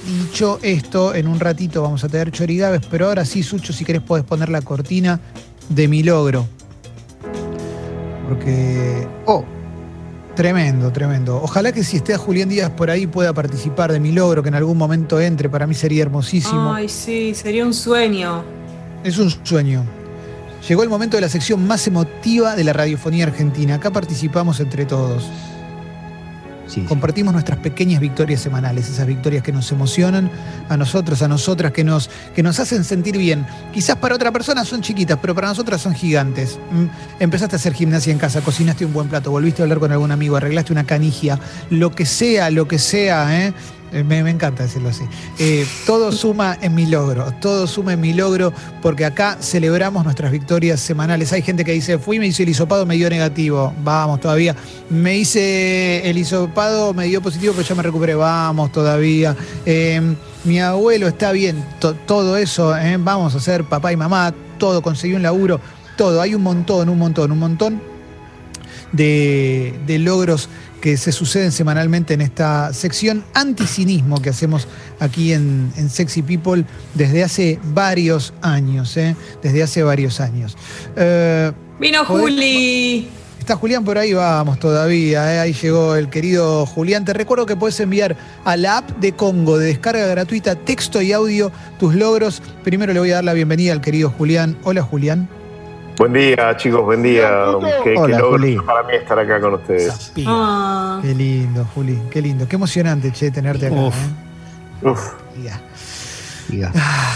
dicho esto, en un ratito vamos a tener Chorigaves, pero ahora sí, Sucho, si querés podés poner la cortina de mi logro. Porque... Tremendo, tremendo. Ojalá que si esté a Julián Díaz por ahí pueda participar de mi logro, que en algún momento entre. Para mí sería hermosísimo. Ay, sí, sería un sueño. Es un sueño. Llegó el momento de la sección más emotiva de la radiofonía argentina. Acá participamos entre todos. Sí. Compartimos nuestras pequeñas victorias semanales, esas victorias que nos emocionan a nosotros, a nosotras, que nos hacen sentir bien. Quizás para otra persona son chiquitas, pero para nosotras son gigantes. Empezaste a hacer gimnasia en casa, cocinaste un buen plato, volviste a hablar con algún amigo, arreglaste una canigia, lo que sea, ¿eh? Me encanta decirlo así. Todo suma en mi logro, porque acá celebramos nuestras victorias semanales. Hay gente que dice, fui, me hice el hisopado, me dio negativo. Vamos, todavía. Me hice el hisopado, me dio positivo, pero ya me recuperé. Vamos, todavía. Mi abuelo está bien. Todo eso, vamos a ser papá y mamá, todo, conseguí un laburo, todo. Hay un montón de logros que se suceden semanalmente en esta sección anticinismo que hacemos aquí en Sexy People desde hace varios años. Vino Juli. ¿Está Julián por ahí? Vamos todavía. Ahí llegó el querido Julián. Te recuerdo que puedes enviar a la app de Congo de descarga gratuita, texto y audio, tus logros. Primero le voy a dar la bienvenida al querido Julián. Hola, Julián. Buen día, chicos, buen día. Qué logro Juli. para mí estar acá con ustedes. Qué lindo, Juli, qué lindo. Qué emocionante, tenerte acá. Uf. Diga.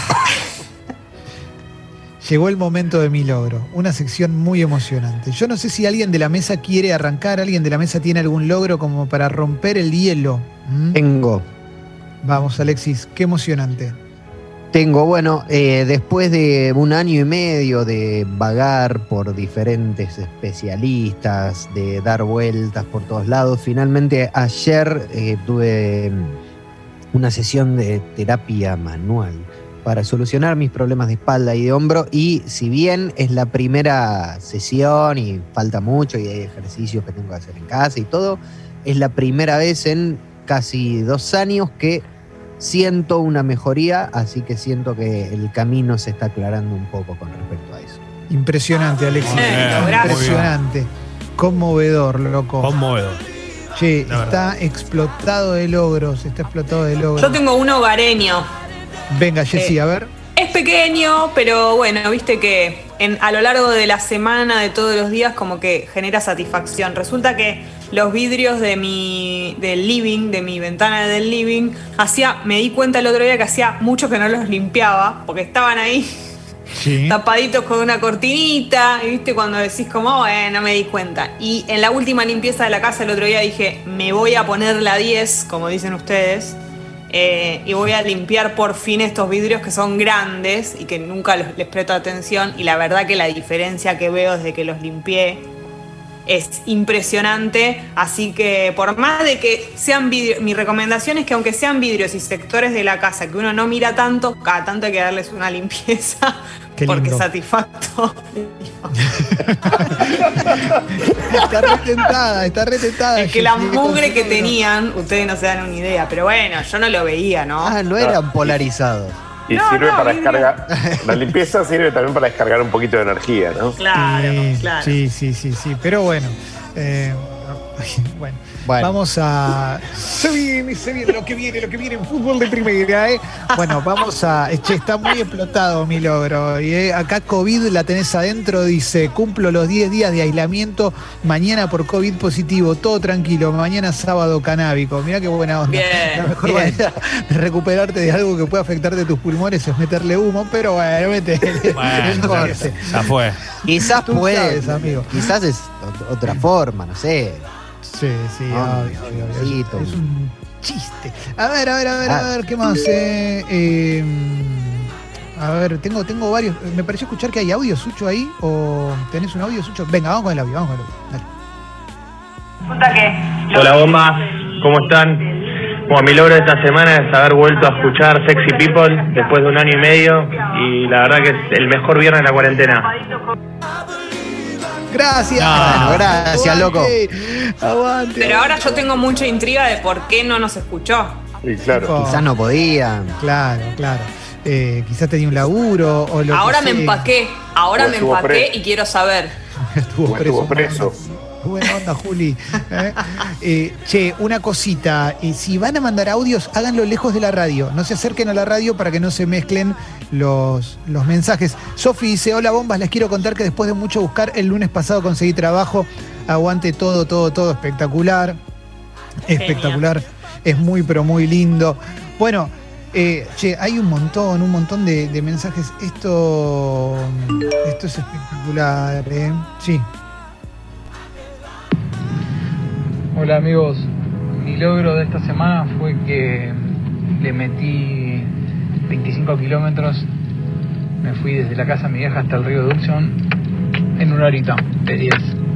Llegó el momento de mi logro, una sección muy emocionante. Yo no sé si alguien de la mesa quiere arrancar, alguien de la mesa tiene algún logro como para romper el hielo. Tengo, Vamos, Alexis, qué emocionante. bueno, después de 1 año y medio de vagar por diferentes especialistas, de dar vueltas por todos lados, finalmente ayer tuve una sesión de terapia manual para solucionar mis problemas de espalda y de hombro, y si bien es la primera sesión y falta mucho y hay ejercicios que tengo que hacer en casa y todo, es la primera vez en casi 2 años que siento una mejoría, así que siento que el camino se está aclarando un poco con respecto a eso. Impresionante, Alexis. Impresionante. Conmovedor, loco. Conmovedor. Che, está explotado de logros, Yo tengo uno hogareño. Venga, Jessy, a ver. Es pequeño, pero bueno, viste que a lo largo de la semana, de todos los días, como que genera satisfacción. Resulta que los vidrios del living, de mi ventana del living, me di cuenta el otro día que hacía mucho que no los limpiaba, porque estaban ahí tapaditos con una cortinita, y viste cuando decís como, no me di cuenta. Y en la última limpieza de la casa el otro día dije, me voy a poner la 10, como dicen ustedes, y voy a limpiar por fin estos vidrios que son grandes y que nunca les presto atención, y la verdad que la diferencia que veo desde que los limpié es impresionante. Así que por más de que sean vidrios, mi recomendación es que aunque sean vidrios y sectores de la casa que uno no mira tanto, cada tanto hay que darles una limpieza. Qué porque lindo. es satisfactorio. Está retentada. Es que la mugre que tenían, ustedes no se dan una idea, pero bueno, yo no lo veía, ¿no? No eran polarizados. Y sirve para descargar. La limpieza sirve también para descargar un poquito de energía, ¿no? Claro. Sí. Pero bueno. Bueno, vamos a... Se viene lo que viene en fútbol de primera, Bueno, vamos a... está muy explotado mi logro. Y acá COVID la tenés adentro, dice, cumplo los 10 días de aislamiento, mañana por COVID positivo, todo tranquilo, mañana sábado canábico. Mirá qué buena onda. Bien, la mejor manera de recuperarte de algo que pueda afectarte tus pulmones es meterle humo, pero bueno, métele. Bueno, ya fue. Quizás Tú puede, sabes, amigo. quizás es otra forma, no sé. Sí, obvio. Es un chiste. A ver, ¿qué más? A ver, tengo varios. Me pareció escuchar que hay audio, Sucho, ahí. ¿O tenés un audio, Sucho? Venga, vamos con el audio, Dale. Hola bomba, ¿cómo están? Bueno, mi logro de esta semana es haber vuelto a escuchar Sexy People después de 1 año y medio, y la verdad que es el mejor viernes de la cuarentena. Gracias. Gracias, loco. Aguante. Pero ahora yo tengo mucha intriga de por qué no nos escuchó. Y claro. Tipo, Quizás no podían. Claro. Quizás tenía un laburo o lo Ahora que me sea. empaqué. Ahora O me estuvo empaqué preso. y quiero saber. Estuvo preso. Buena onda, Juli. Che, una cosita. Si van a mandar audios, háganlo lejos de la radio. No se acerquen a la radio para que no se mezclen los mensajes. Sofi dice, hola bombas, les quiero contar que después de mucho buscar, el lunes pasado conseguí trabajo. Aguante todo. Espectacular. Espectacular. Es muy, pero muy lindo. Bueno, che, hay un montón de mensajes. Esto es espectacular, ¿eh? Sí. Hola amigos, mi logro de esta semana fue que le metí 25 kilómetros, me fui desde la casa de mi vieja hasta el río Duxon en una horita de 10.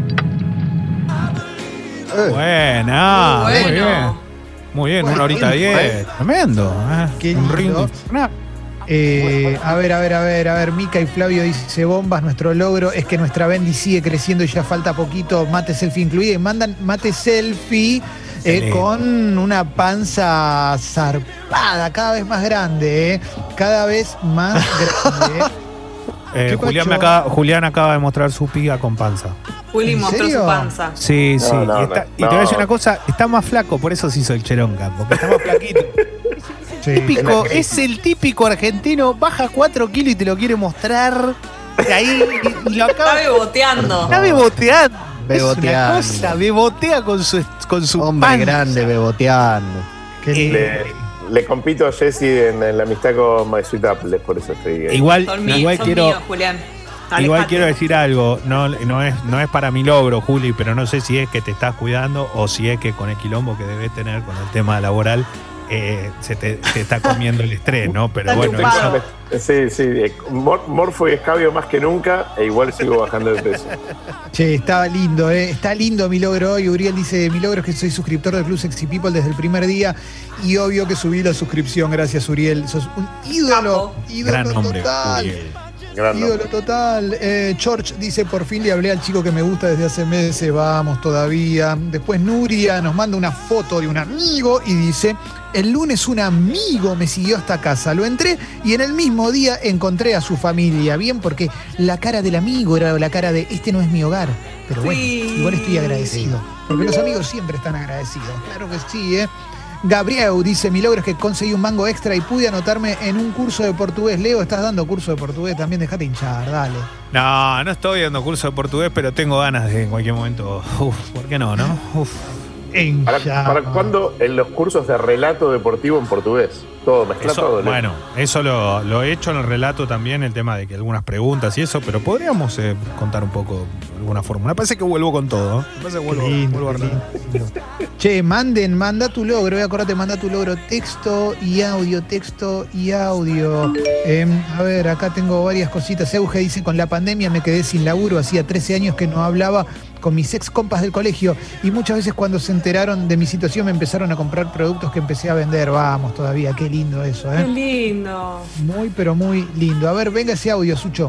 Buena, Muy muy bueno. bien. Muy bien, Bueno, una horita lindo, 10. Tremendo. Qué Un ring lindo. infernal. A ver, Mica y Flavio dice bombas, nuestro logro es que nuestra Bendy sigue creciendo y ya falta poquito, mate selfie incluido, y mandan mate selfie con una panza zarpada, cada vez más grande, cada vez más grande. ¿Qué Julián acaba de mostrar su piga con panza. Juli ¿En mostró serio? su panza. Sí. No, y te voy a decir una cosa, está más flaco, por eso se hizo el cheronga, porque está más flaquito. Sí. Es el típico argentino, baja 4 kilos y te lo quiere mostrar. Y ahí y lo Está acaba. beboteando. Está beboteando. Beboteando. Es una cosa, bebotea con su Hombre panza. grande beboteando. Qué lindo. Le compito a Jesse en la amistad con My Sweet Apple, por eso estoy ahí. Igual Son míos, quiero. Julián. Igual Alejate. quiero decir algo, no es para mi logro, Juli, pero no sé si es que te estás cuidando o si es que con el quilombo que debes tener con el tema laboral se te está comiendo el estrés, ¿no? Pero Está bueno, chupado. eso, Sí. Morfo y escabio más que nunca, e igual sigo bajando de peso. Che, estaba lindo, está lindo mi logro hoy. Uriel dice, mi logro es que soy suscriptor del Club Sexy People desde el primer día y obvio que subí la suscripción, gracias Uriel. Sos un ídolo, Capo. ídolo gran nombre, total. Uriel. Gran Ídolo nombre. total. George dice, por fin le hablé al chico que me gusta desde hace meses, vamos todavía. Después Nuria nos manda una foto de un amigo y dice, el lunes un amigo me siguió hasta casa, lo entré y en el mismo día encontré a su familia. Bien, porque la cara del amigo era la cara de, este no es mi hogar. Pero bueno, Sí. igual estoy agradecido. Porque los amigos siempre están agradecidos. Claro que sí, ¿eh? Gabriel dice, mi logro es que conseguí un mango extra y pude anotarme en un curso de portugués. Leo, estás dando curso de portugués también, dejate hinchar, dale. No estoy dando curso de portugués, pero tengo ganas de en cualquier momento. ¿Por qué no? ¿Para cuándo en los cursos de relato deportivo en portugués? Todo, mezcla todo. ¿no? Bueno, eso lo he hecho en el relato también, el tema de que algunas preguntas y eso, pero podríamos contar un poco alguna fórmula. Me parece que vuelvo con todo. Me parece que vuelvo a Qué lindo. Che, manda tu logro, acordate, manda tu logro, texto y audio. A ver, acá tengo varias cositas. Euge dice, con la pandemia me quedé sin laburo, hacía 13 años que no hablaba con mis ex compas del colegio y muchas veces cuando se enteraron de mi situación me empezaron a comprar productos que empecé a vender. Vamos todavía, qué lindo eso, Qué ¿eh? lindo. Muy, pero muy lindo. A ver, venga ese audio, Sucho.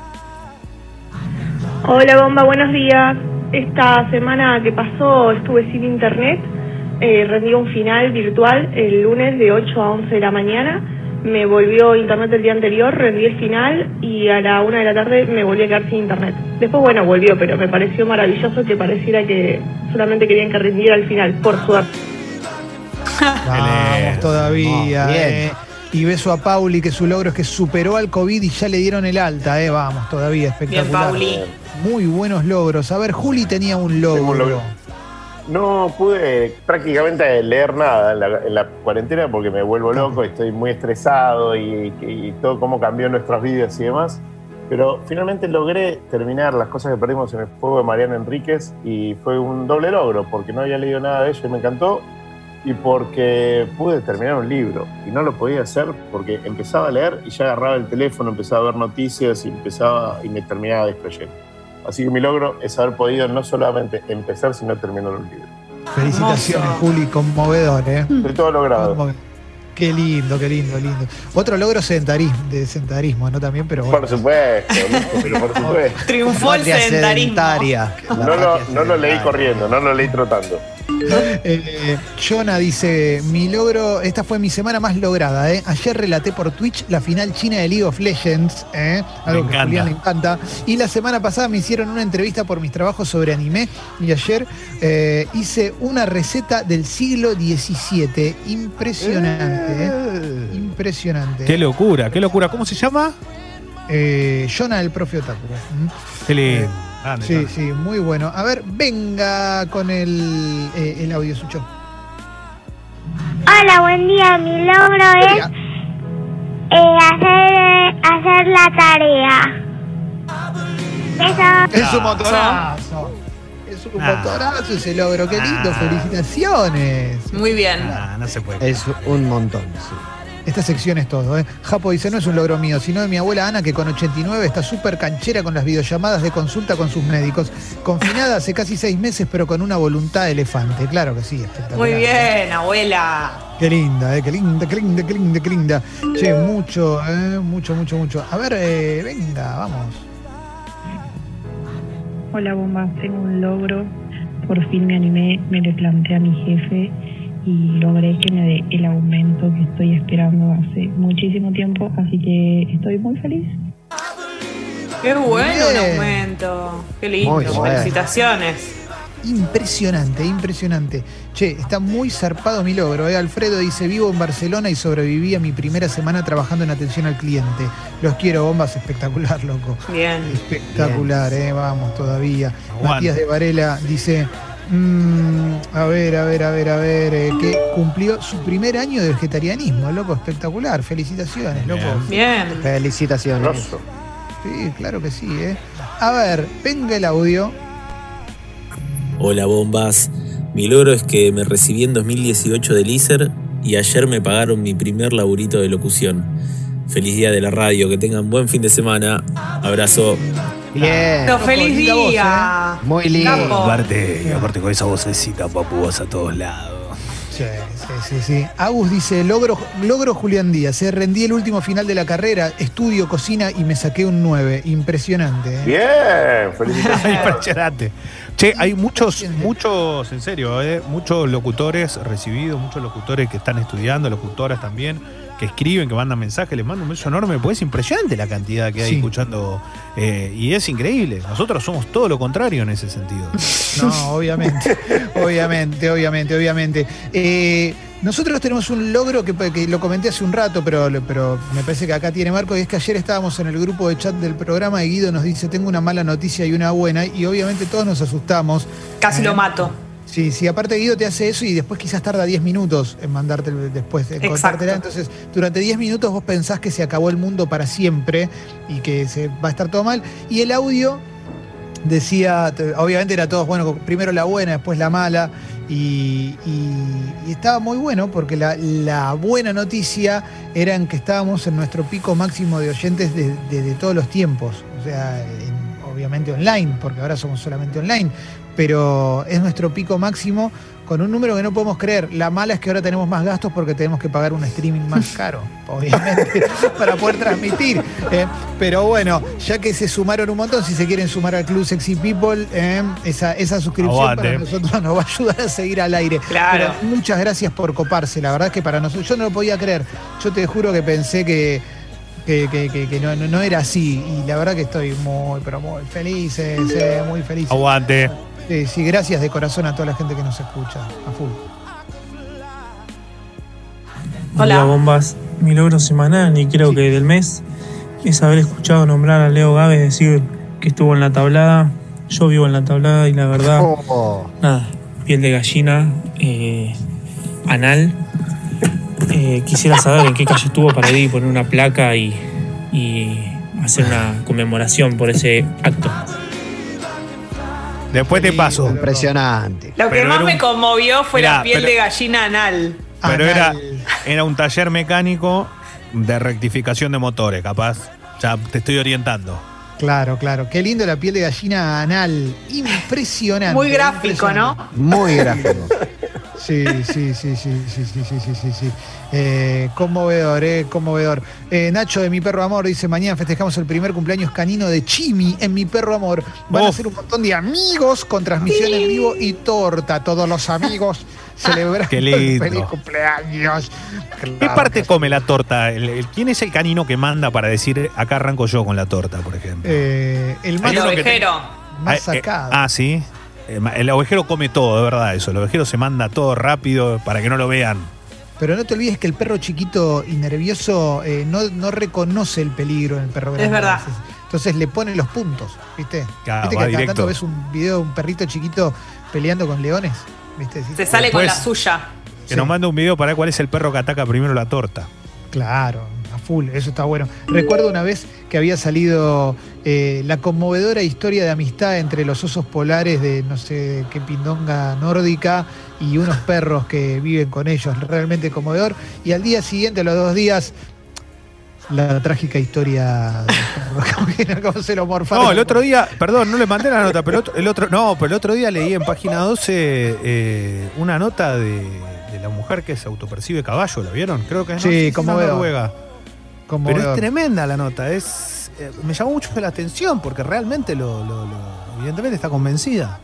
Hola Bomba, buenos días. Esta semana que pasó estuve sin internet, rendí un final virtual el lunes de 8 a 11 de la mañana, me volvió internet el día anterior, rendí el final y a la 1 de la tarde me volví a quedar sin internet. Después bueno, volvió, pero me pareció maravilloso que pareciera que solamente querían que rindiera el final, por suerte. Vamos todavía, Oh, bien. Y beso a Pauli, que su logro es que superó al COVID y ya le dieron el alta, Vamos todavía, espectacular. Bien, Pauli. Muy buenos logros. A ver, Juli tenía un logro. Tengo un logro. No pude prácticamente leer nada en la cuarentena porque me vuelvo loco, estoy muy estresado y todo cómo cambió nuestras vidas y demás. Pero finalmente logré terminar Las cosas que perdimos en el fuego de Mariana Enríquez y fue un doble logro porque no había leído nada de ello y me encantó y porque pude terminar un libro y no lo podía hacer porque empezaba a leer y ya agarraba el teléfono, empezaba a ver noticias y me terminaba distrayendo. Así que mi logro es haber podido no solamente empezar, sino terminar un libro. Felicitaciones, Hermoso. Juli, conmovedor, Estoy todo logrado. Qué lindo, lindo. Otro logro de sentarismo, ¿no? También, pero bueno. Por supuesto, pero por supuesto. Triunfó el Patria sedentarismo. sedentaria. La No patria lo leí sedentaria. corriendo, no lo leí trotando. Jonah dice, mi logro, esta fue mi semana más lograda. Ayer relaté por Twitch la final china de League of Legends, algo que a Julián le encanta. Y la semana pasada me hicieron una entrevista por mis trabajos sobre anime. Y ayer hice una receta del siglo XVII. Impresionante, impresionante. Qué locura, qué locura. ¿Cómo se llama? Jonah, el profe Otaku. Qué lindo. Sí, sí, muy bueno. A ver, venga con el audio, Sucho. Hola, buen día. Mi logro es hacer la tarea. Eso. Es un motorazo. Es un motorazo ese logro. Qué lindo. Felicitaciones. Muy bien. No se puede. Es un montón, sí. Esta sección es todo, Japo dice, no es un logro mío, sino de mi abuela Ana, que con 89 está súper canchera con las videollamadas de consulta con sus médicos. Confinada hace casi 6 meses, pero con una voluntad de elefante. Claro que sí, espectacular. Muy bien, abuela. Qué linda, qué linda, qué linda, qué linda, qué linda. Che, mucho. A ver, venga, vamos. Hola, bombas. Tengo un logro. Por fin me animé, me le planteé a mi jefe y logré que me dé el aumento que estoy esperando hace muchísimo tiempo, así que estoy muy feliz. Qué bueno el aumento. Qué lindo. Bueno. Felicitaciones. Impresionante, impresionante. Che, está muy zarpado mi logro. Alfredo dice, vivo en Barcelona y sobreviví a mi primera semana trabajando en atención al cliente. Los quiero, bombas, espectacular, loco. Bien. Espectacular, vamos todavía. Aguante. Matías de Varela dice, a ver, que cumplió su primer año de vegetarianismo, loco, espectacular. Felicitaciones, loco. Bien. Felicitaciones. Grosso. Sí, claro que sí, A ver, venga el audio. Hola, bombas. Mi logro es que me recibí en 2018 del ISER y ayer me pagaron mi primer laburito de locución. Feliz día de la radio, que tengan buen fin de semana. Abrazo. Bien. Feliz linda voz, día. Muy lindo. Capo. Aparte con esa vocecita, papu, vas a todos lados. Sí. Agus dice, logro Julián Díaz. Rendí el último final de la carrera, estudio, cocina y me saqué un 9. Impresionante. Bien, felicitaciones. Impresionante. Che, hay muchos, en serio, muchos locutores recibidos, muchos locutores que están estudiando, locutoras también, que escriben, que mandan mensajes, les mando un beso enorme, porque es impresionante la cantidad que hay escuchando, y es increíble. Nosotros somos todo lo contrario en ese sentido. No, obviamente. Nosotros tenemos un logro que lo comenté hace un rato, pero me parece que acá tiene marco, y es que ayer estábamos en el grupo de chat del programa y Guido nos dice, tengo una mala noticia y una buena, y obviamente todos nos asustamos. Casi lo mato. Sí, aparte Guido te hace eso y después quizás tarda 10 minutos en mandarte después, en contártela. Entonces, durante 10 minutos vos pensás que se acabó el mundo para siempre y que se va a estar todo mal. Y el audio decía, obviamente era todo, bueno, primero la buena, después la mala, y estaba muy bueno porque la buena noticia era en que estábamos en nuestro pico máximo de oyentes de todos los tiempos. O sea, obviamente online, porque ahora somos solamente online, pero es nuestro pico máximo con un número que no podemos creer. La mala es que ahora tenemos más gastos porque tenemos que pagar un streaming más caro, obviamente, para poder transmitir. Pero bueno, ya que se sumaron un montón, si se quieren sumar al Club Sexy People, esa suscripción para nosotros nos va a ayudar a seguir al aire. Claro. Pero muchas gracias por coparse. La verdad es que para nosotros, yo no lo podía creer. Yo te juro que pensé que no era así. Y la verdad que estoy muy feliz, muy feliz. Aguante. Sí, gracias de corazón a toda la gente que nos escucha. A full. Hola, bombas. Mi logro semanal y creo que del mes es haber escuchado nombrar a Leo Gávez decir que estuvo en la tablada. Yo vivo en la tablada y la verdad, nada, piel de gallina, anal. Quisiera saber en qué calle estuvo para ir y poner una placa y hacer una conmemoración por ese acto. Después te paso. Impresionante. Lo que Pero más era me conmovió fue la piel pero- de gallina anal. Pero era un taller mecánico de rectificación de motores, capaz. Ya te estoy orientando. Claro. Qué lindo la piel de gallina anal. Impresionante. Muy gráfico, ¿no? Muy gráfico. Sí. Conmovedor. Nacho de Mi Perro Amor dice: mañana festejamos el primer cumpleaños canino de Chimi en Mi Perro Amor. Van a ser un montón de amigos con transmisión en vivo y torta. Todos los amigos celebrando el feliz cumpleaños. ¿Qué parte come la torta? ¿Quién es el canino que manda para decir acá arranco yo con la torta, por ejemplo? El ovejero. Más sacado. Sí. El ovejero come todo, de verdad eso. El ovejero se manda todo rápido para que no lo vean. Pero no te olvides que el perro chiquito y nervioso no reconoce el peligro en el perro grande. Es verdad. Entonces le pone los puntos, ¿viste? Claro, ¿Viste va que cada directo. tanto ves un video de un perrito chiquito peleando con leones? ¿Viste? Se sale con la suya. Que nos manda un video para ver cuál es el perro que ataca primero la torta. Claro, a full, eso está bueno. Recuerdo una vez que había salido la conmovedora historia de amistad entre los osos polares de no sé qué pindonga nórdica y unos perros que viven con ellos, realmente conmovedor. Y al día siguiente, a los 2 días, la trágica historia de cómo se lo morfaron. No, el otro día, perdón, no le mandé la nota, pero el otro día leí en página 12 una nota de la mujer que se autopercibe caballo, ¿la vieron? Creo que es, sí, no, conmovedor. Noruega. Conmovedor. Pero es tremenda la nota, me llamó mucho la atención porque realmente evidentemente está convencida.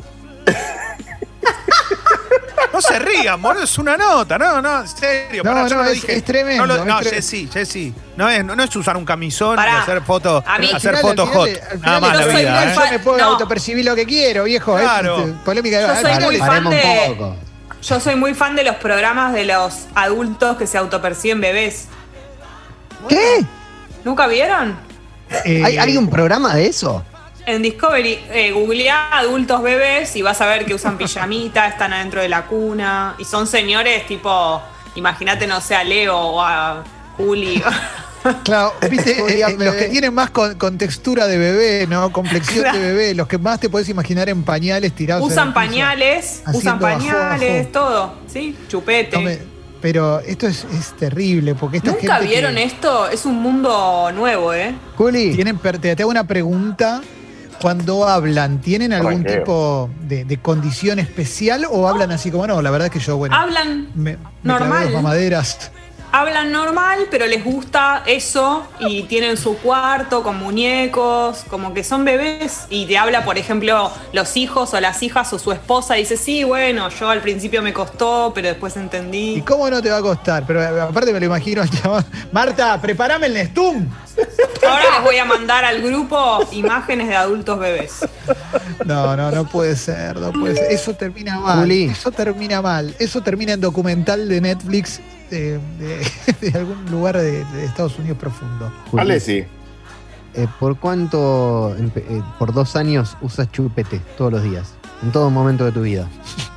No se rían, boludo, es una nota, no, en serio. No, yo no, lo es dije. tremendo. No, Jessy, no es usar un camisón Pará. y hacer fotos hot. Al Nada final más la vida, yo me puedo autopercibir lo que quiero, viejo. Claro. Polémica de Yo soy muy fan Paremos de. un poco. Yo soy muy fan de los programas de los adultos que se autoperciben bebés. ¿Qué? ¿Nunca vieron? ¿Hay un programa de eso? En Discovery, googleá adultos bebés y vas a ver que usan pijamita, están adentro de la cuna y son señores tipo, imagínate, no sé, a Leo o a Juli. Claro, viste, los que tienen más con textura de bebé, ¿no? Complexión de bebé, los que más te podés imaginar en pañales tirados. Usan pañales, ajo. todo, ¿sí? Chupete. Pero esto es terrible, porque esta ¿Nunca gente vieron esto? Es un mundo nuevo, ¿eh? Juli. Te hago una pregunta. Cuando hablan, ¿tienen algún tipo de condición especial o hablan así como no? La verdad es que yo, bueno. Hablan me normal. clavé 2 mamaderas. Hablan normal, pero les gusta eso y tienen su cuarto con muñecos, como que son bebés y te habla, por ejemplo, los hijos o las hijas o su esposa y dice, sí, bueno, yo al principio me costó, pero después entendí. ¿Y cómo no te va a costar? Pero aparte me lo imagino al chaval. Marta, prepárame el Nestum. Ahora les voy a mandar al grupo imágenes de adultos bebés. No puede ser, no puede ser. Eso termina mal. Juli. Eso termina mal. Eso termina en documental de Netflix de algún lugar de Estados Unidos profundo. Vale, sí. ¿Por cuánto, por 2 años usas chupete todos los días? En todo momento de tu vida.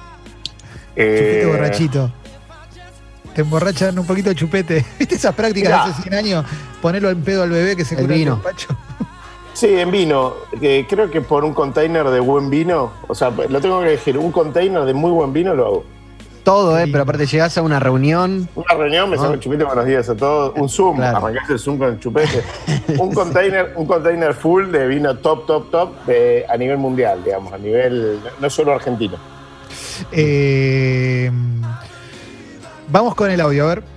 Chupete borrachito. Te emborrachan un poquito de chupete. ¿Viste esas prácticas de hace 100 años? Ponerlo en pedo al bebé que se cura el despacho. Sí, en vino. Creo que por un container de buen vino, o sea, lo tengo que elegir, un container de muy buen vino lo hago. Todo, pero aparte llegás a una reunión. Una reunión, me saco el chupete buenos días a todos. Un Zoom, claro. Arrancás el Zoom con el chupete. un container full de vino top a nivel mundial, digamos, a nivel, no solo argentino. Vamos con el audio, a ver.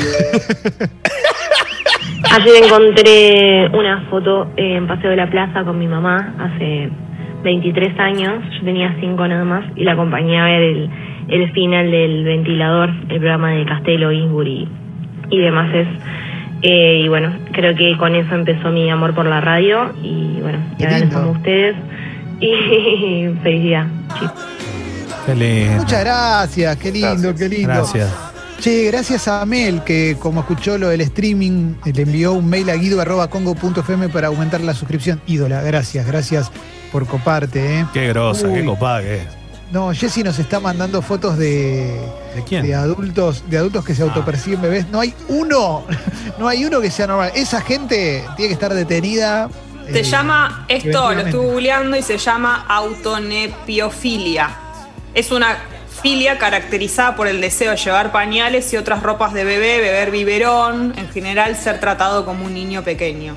Ayer encontré una foto en Paseo de la Plaza con mi mamá hace 23 años. Yo tenía 5 nada más y la acompañé a ver el final del Ventilador, el programa de Castelo, Ginsburg y demás. Y bueno, creo que con eso empezó mi amor por la radio y bueno, y ahora les amo a ustedes y felicidad. Qué lindo. Muchas gracias, qué lindo, qué lindo. Gracias. Che, gracias a Mel, que como escuchó lo del streaming, le envió un mail a guido@congo.fm para aumentar la suscripción. Ídola, gracias por coparte, Qué grosa, qué copada que es. No, Jessy nos está mandando fotos de quién? De adultos que se autoperciben bebés. No hay uno que sea normal. Esa gente tiene que estar detenida. Se llama, esto lo estuve googleando y se llama autonepiofilia. Es una filia caracterizada por el deseo de llevar pañales y otras ropas de bebé, beber biberón, en general ser tratado como un niño pequeño.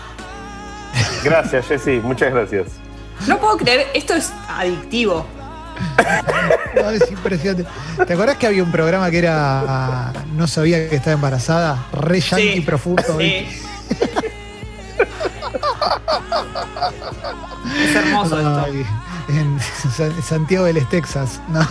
Gracias, Jessy, muchas gracias. No puedo creer, esto es adictivo. No, es impresionante. ¿Te acordás que había un programa que era no sabía que estaba embarazada? Re yankee profundo. Sí. Es hermoso esto. En Santiago del Texas, ¿no?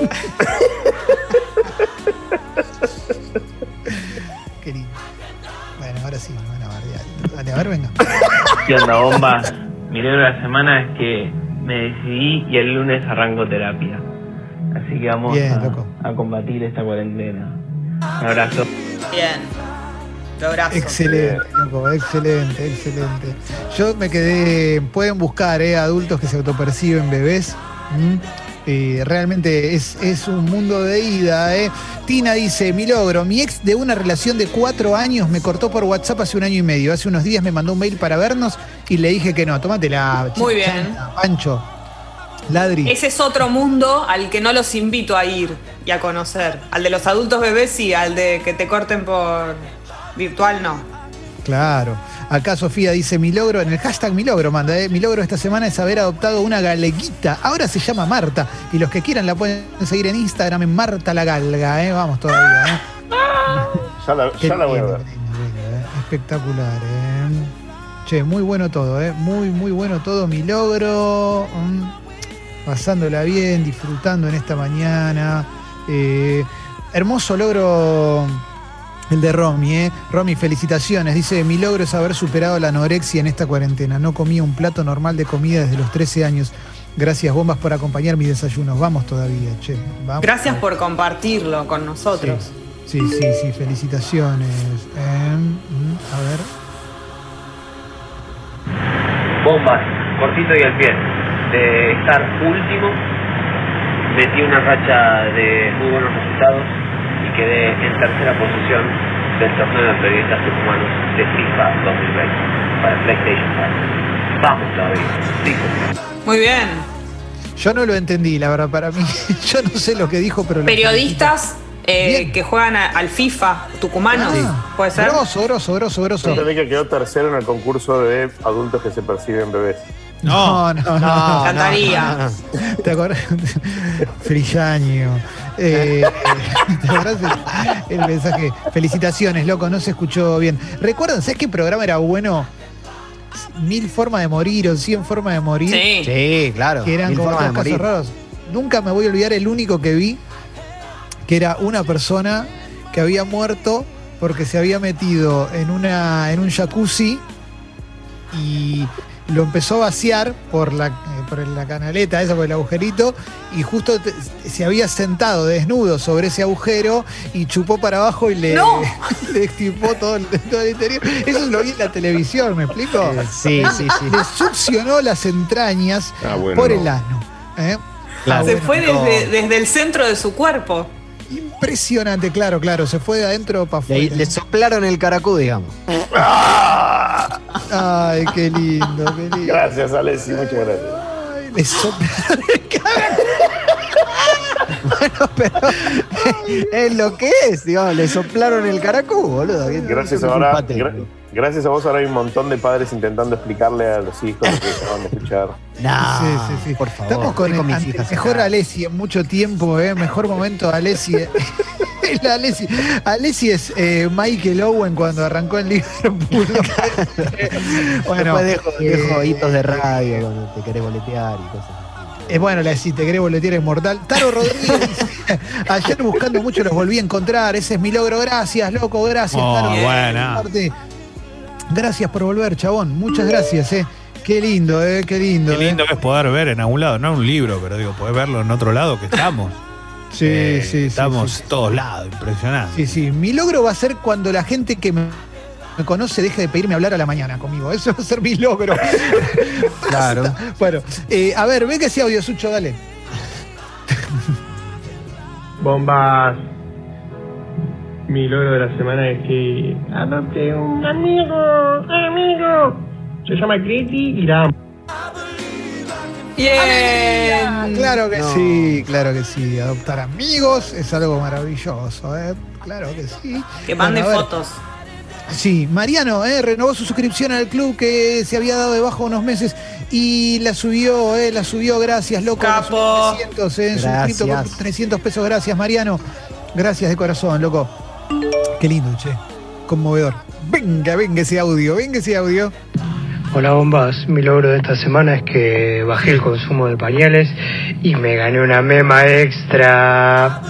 Qué lindo. Bueno, ahora sí, van a bardear. Dale, a ver, venga. ¿Qué onda, bomba? Mi libro de la semana es que me decidí y el lunes arranco terapia. Así que vamos a combatir esta cuarentena. Un abrazo. Bien. Tu abrazo. Excelente, loco, excelente. Yo me quedé, pueden buscar adultos que se autoperciben bebés. Realmente es un mundo de ida. Tina dice, mi logro, mi ex de una relación de 4 años me cortó por WhatsApp hace 1 año y medio. Hace unos días me mandó un mail para vernos y le dije que no. Tómatela. Muy bien. Pancho. Ladri. Ese es otro mundo al que no los invito a ir y a conocer. Al de los adultos bebés sí, al de que te corten por virtual no. Claro. Acá Sofía dice, mi logro, en el hashtag mi logro manda, mi logro esta semana es haber adoptado una galeguita. Ahora se llama Marta. Y los que quieran la pueden seguir en Instagram en Marta la Galga, Vamos todavía, Ya la voy a ver. Espectacular, Che, muy bueno todo, muy bueno todo. Mi logro. Pasándola bien, disfrutando en esta mañana. Hermoso logro el de Romy, Romy, felicitaciones. Dice, mi logro es haber superado la anorexia en esta cuarentena. No comía un plato normal de comida desde los 13 años. Gracias, bombas, por acompañar mis desayunos. Vamos todavía, che. Vamos. Gracias por compartirlo con nosotros. Sí, felicitaciones. A ver. Bombas, cortito y al pie. De estar último, metí una racha de muy buenos resultados y quedé en tercera posición del torneo de periodistas tucumanos de FIFA 2020 para PlayStation 5. Vamos todavía, 5. Muy bien. Yo no lo entendí, la verdad, para mí. Yo no sé lo que dijo, pero... Periodistas que juegan al FIFA tucumanos, ¿puede ser? Grosso. Yo entendí que quedó tercero en el concurso de adultos que se perciben bebés. No. Cantaría. ¿Te acuerdas? Frillaño. ¿Te acuerdas el mensaje? Felicitaciones, loco, no se escuchó bien. ¿Recuerdan? ¿Sabes qué programa era bueno? 1000 formas de morir o 100 formas de morir. Sí, claro. Que eran como casos raros. Nunca me voy a olvidar el único que vi, que era una persona que había muerto porque se había metido en un jacuzzi y lo empezó a vaciar por la canaleta esa, por el agujerito, y justo se había sentado desnudo sobre ese agujero y chupó para abajo y le extirpó todo el interior. Eso lo vi en la televisión, ¿me explico? Sí. Le succionó las entrañas por el ano. Claro. Se fue desde el centro de su cuerpo. Impresionante, claro, se fue de adentro para afuera. Le soplaron el caracú, digamos. Ay, qué lindo. Gracias, Alessi, muchas gracias. Ay, le soplaron el caracú. Bueno, pero es lo que es, digamos, le soplaron el caracú, boludo. Gracias a vos ahora hay un montón de padres intentando explicarle a los hijos que acaban de escuchar. Sí. Por favor. Estamos con mis hijas mejor acá. Alessi en mucho tiempo, mejor momento Alessi. Alessi es Michael Owen cuando arrancó en Liverpool. Bueno, después dejo hitos de radio cuando te querés boletear y cosas así. Bueno, si te querés boletear es mortal. Taro Rodríguez dice, ayer buscando mucho los volví a encontrar. Ese es mi logro. Gracias, loco. Gracias, Taro. Buena. Gracias por volver, chabón. Muchas gracias, Qué lindo, qué lindo. Qué lindo que es poder ver en algún lado, no en un libro, pero digo, poder verlo en otro lado que estamos. Sí. Estamos todos lados, impresionante. Sí. Mi logro va a ser cuando la gente que me conoce deje de pedirme hablar a la mañana conmigo. Eso va a ser mi logro. Claro. Bueno, a ver, ve que ese audio, Sucho, dale. Bombas. Mi logro de la semana es que adopté un amigo. Se llama Creti y la amo. Bien. Claro que sí. Adoptar amigos es algo maravilloso, Claro que sí. Que mande fotos. Sí, Mariano renovó su suscripción al club que se había dado de baja unos meses y la subió, gracias, loco. Capo. 300, suscrito con 300 pesos, gracias, Mariano. Gracias de corazón, loco. Qué lindo, che. Conmovedor. Venga ese audio. Hola bombas, mi logro de esta semana es que bajé el consumo de pañales y me gané una mema extra.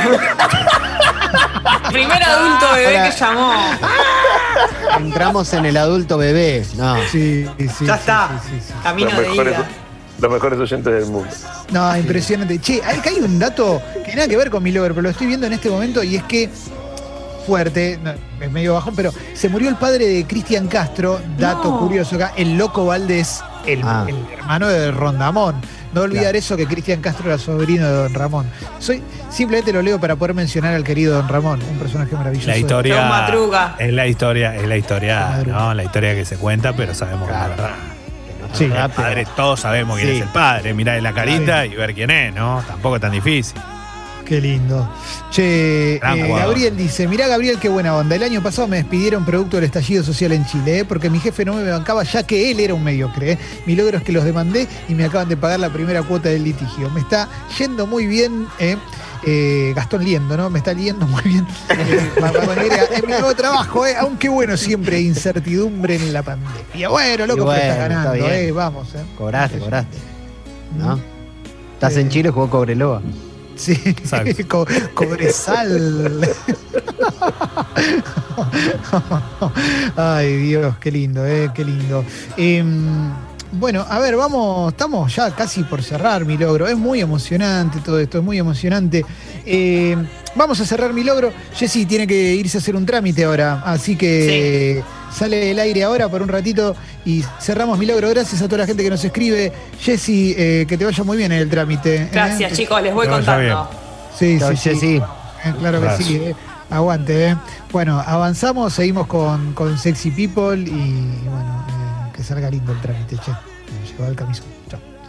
Primer adulto bebé que llamó. Entramos en el adulto bebé. No. Sí. Ya está. Camino de ida. Los mejores oyentes del mundo. No, impresionante. Che, acá hay un dato que nada que ver con mi logro, pero lo estoy viendo en este momento y es que fuerte, no, es medio bajón, pero se murió el padre de Cristian Castro, dato curioso acá, el Loco Valdés, el hermano de Rondamón. No olvidar eso, que Cristian Castro era sobrino de Don Ramón. Simplemente lo leo para poder mencionar al querido Don Ramón, un personaje maravilloso. La historia es la historia, ¿no? La historia que se cuenta, pero sabemos que es la verdad. Sí, el padre, todos sabemos quién es el padre, mirá la carita y ver quién es, ¿no? Tampoco es tan difícil. Qué lindo. Che, Gabriel dice, mirá Gabriel, qué buena onda. El año pasado me despidieron producto del estallido social en Chile, porque mi jefe no me bancaba ya que él era un mediocre. Mi logro es que los demandé y me acaban de pagar la primera cuota del litigio. Me está yendo muy bien, Gastón Liendo, ¿no? Me está liendo muy bien. En mi nuevo trabajo, aunque bueno, siempre incertidumbre en la pandemia. Bueno, loco, pero estás ganando, vamos. Cobraste. ¿No? Estás en Chile, jugó Cobreloa. Sí, Cobresal. Ay, Dios, qué lindo, qué lindo. Bueno, a ver, estamos ya casi por cerrar mi logro. Es muy emocionante todo esto, es muy emocionante. Vamos a cerrar mi logro. Jessy tiene que irse a hacer un trámite ahora, así que sale del aire ahora por un ratito y cerramos mi logro. Gracias a toda la gente que nos escribe. Jessy, que te vaya muy bien en el trámite. Gracias, chicos, les voy contando. Sí, Jessy. Claro que sí. Aguante, Bueno, avanzamos, seguimos con Sexy People y bueno, que salga lindo el trámite, che. Me lleva el camisón. Chao.